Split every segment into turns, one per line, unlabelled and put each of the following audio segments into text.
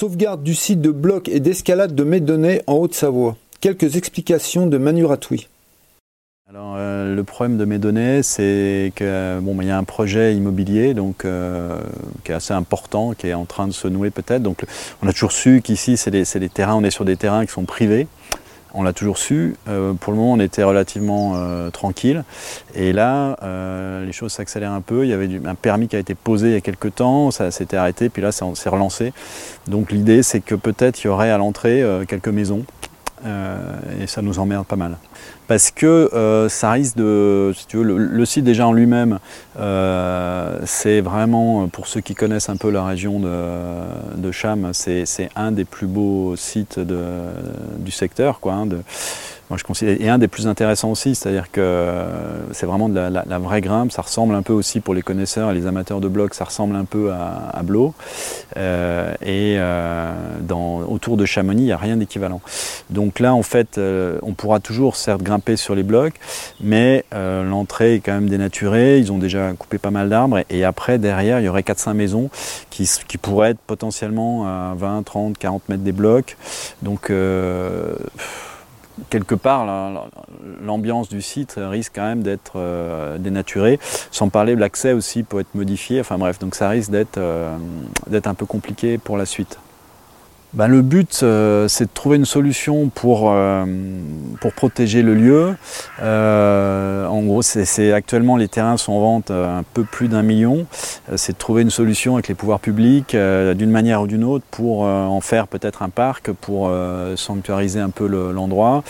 Sauvegarde du site de bloc et d'escalade de Médonnet en Haute-Savoie. Quelques explications de Manu Ratouy.
Alors, le problème de Médonnet, c'est qu'il y a un projet immobilier qui est assez important, qui est en train de se nouer peut-être. Donc, on a toujours su qu'ici, c'est des terrains, on est sur des terrains qui sont privés. On l'a toujours su. Pour le moment, on était relativement tranquille. Et là, les choses s'accélèrent un peu. Il y avait un permis qui a été posé il y a quelques temps, ça s'était arrêté, puis là, ça s'est relancé. Donc l'idée, c'est que peut-être il y aurait à l'entrée quelques maisons. Et ça nous emmerde pas mal. Parce que ça risque de, si tu veux, le site déjà en lui-même, c'est vraiment, pour ceux qui connaissent un peu la région de Cham, c'est un des plus beaux sites du secteur, quoi, moi je considère, et un des plus intéressants aussi, c'est-à-dire que c'est vraiment de la vraie grimpe, ça ressemble un peu aussi pour les connaisseurs et les amateurs de blocs, ça ressemble un peu à Blot, autour de Chamonix, il n'y a rien d'équivalent. Donc là en fait, on pourra toujours certes grimper sur les blocs, mais l'entrée est quand même dénaturée, ils ont déjà coupé pas mal d'arbres, et après derrière il y aurait 4-5 maisons qui pourraient être potentiellement à 20, 30, 40 mètres des blocs, donc quelque part, l'ambiance du site risque quand même d'être dénaturée, sans parler de l'accès aussi peut être modifié, enfin bref, donc ça risque d'être un peu compliqué pour la suite. Le but, c'est de trouver une solution pour protéger le lieu. En gros, actuellement, les terrains sont en vente un peu plus d'1 million. C'est de trouver une solution avec les pouvoirs publics, d'une manière ou d'une autre, pour en faire peut-être un parc, pour sanctuariser un peu l'endroit.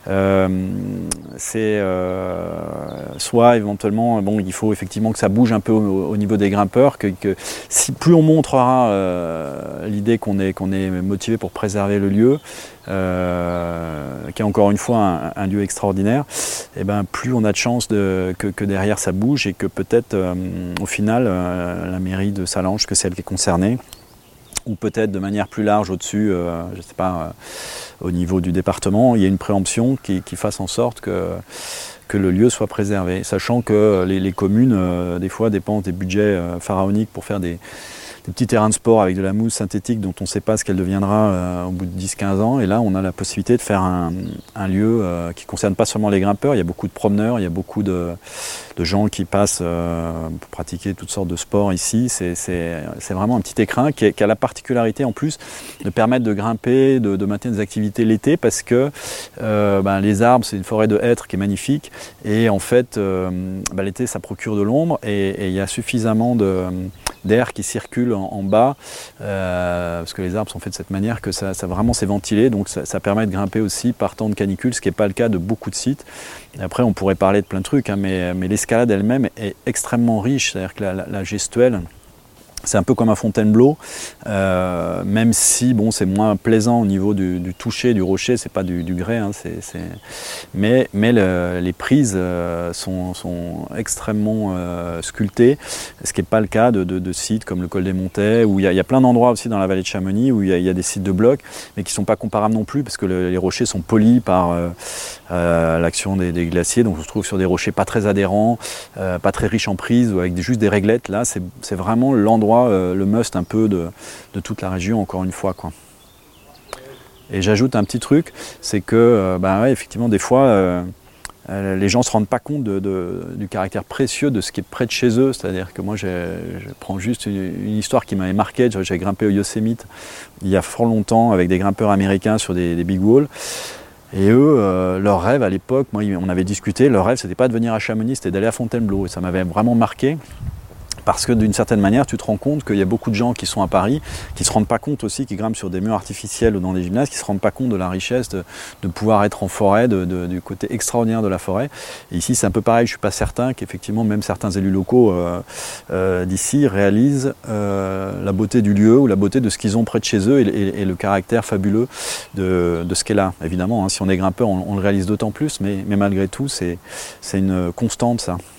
Soit éventuellement, il faut effectivement que ça bouge un peu au niveau des grimpeurs, si plus on montrera l'idée qu'on est motivé pour préserver le lieu, qui est encore une fois un lieu extraordinaire, et plus on a de chances que derrière ça bouge, et que peut-être au final la mairie de Sallanches, que c'est elle qui est concernée, ou peut-être de manière plus large au-dessus, je ne sais pas, au niveau du département, il y a une préemption qui fasse en sorte que le lieu soit préservé, sachant que les communes des fois dépensent des budgets pharaoniques pour faire des petits terrains de sport avec de la mousse synthétique dont on ne sait pas ce qu'elle deviendra au bout de 10-15 ans. Et là, on a la possibilité de faire un lieu qui ne concerne pas seulement les grimpeurs. Il y a beaucoup de promeneurs, il y a beaucoup de gens qui passent pour pratiquer toutes sortes de sports ici. C'est vraiment un petit écrin qui a la particularité en plus de permettre de grimper, de maintenir des activités l'été, parce que les arbres, c'est une forêt de hêtres qui est magnifique. Et en fait, l'été, ça procure de l'ombre, et il y a suffisamment d'air qui circule en bas, parce que les arbres sont faits de cette manière que ça vraiment c'est ventilé, donc ça permet de grimper aussi par temps de canicule, ce qui n'est pas le cas de beaucoup de sites. Et après on pourrait parler de plein de trucs, mais l'escalade elle-même est extrêmement riche, c'est-à-dire que la gestuelle, c'est un peu comme à Fontainebleau, même si c'est moins plaisant au niveau du toucher du rocher, c'est pas du grès, mais les prises sont extrêmement sculptées, ce qui n'est pas le cas de sites comme le col des Montets, où il y a plein d'endroits aussi dans la vallée de Chamonix où il y a des sites de blocs, mais qui ne sont pas comparables non plus, parce que les rochers sont polis par l'action des glaciers, donc on se trouve sur des rochers pas très adhérents, pas très riches en prise, ou avec juste des réglettes. Là, c'est vraiment l'endroit, le must un peu de toute la région, encore une fois, quoi. Et j'ajoute un petit truc, c'est que effectivement des fois les gens ne se rendent pas compte du caractère précieux de ce qui est près de chez eux. C'est-à-dire que moi je prends juste une histoire qui m'avait marqué. J'ai grimpé au Yosemite il y a fort longtemps avec des grimpeurs américains sur des big walls. Et eux, leur rêve à l'époque, on avait discuté, leur rêve c'était pas de venir à Chamonix, c'était d'aller à Fontainebleau. Et ça m'avait vraiment marqué. Parce que d'une certaine manière, tu te rends compte qu'il y a beaucoup de gens qui sont à Paris, qui ne se rendent pas compte aussi, qui grimpent sur des murs artificiels ou dans des gymnases, qui ne se rendent pas compte de la richesse de pouvoir être en forêt, du côté extraordinaire de la forêt. Et ici, c'est un peu pareil, je ne suis pas certain qu'effectivement, même certains élus locaux d'ici réalisent la beauté du lieu ou la beauté de ce qu'ils ont près de chez eux et le caractère fabuleux de ce qu'est là. Évidemment, si on est grimpeur, on le réalise d'autant plus, mais malgré tout, c'est une constante, ça.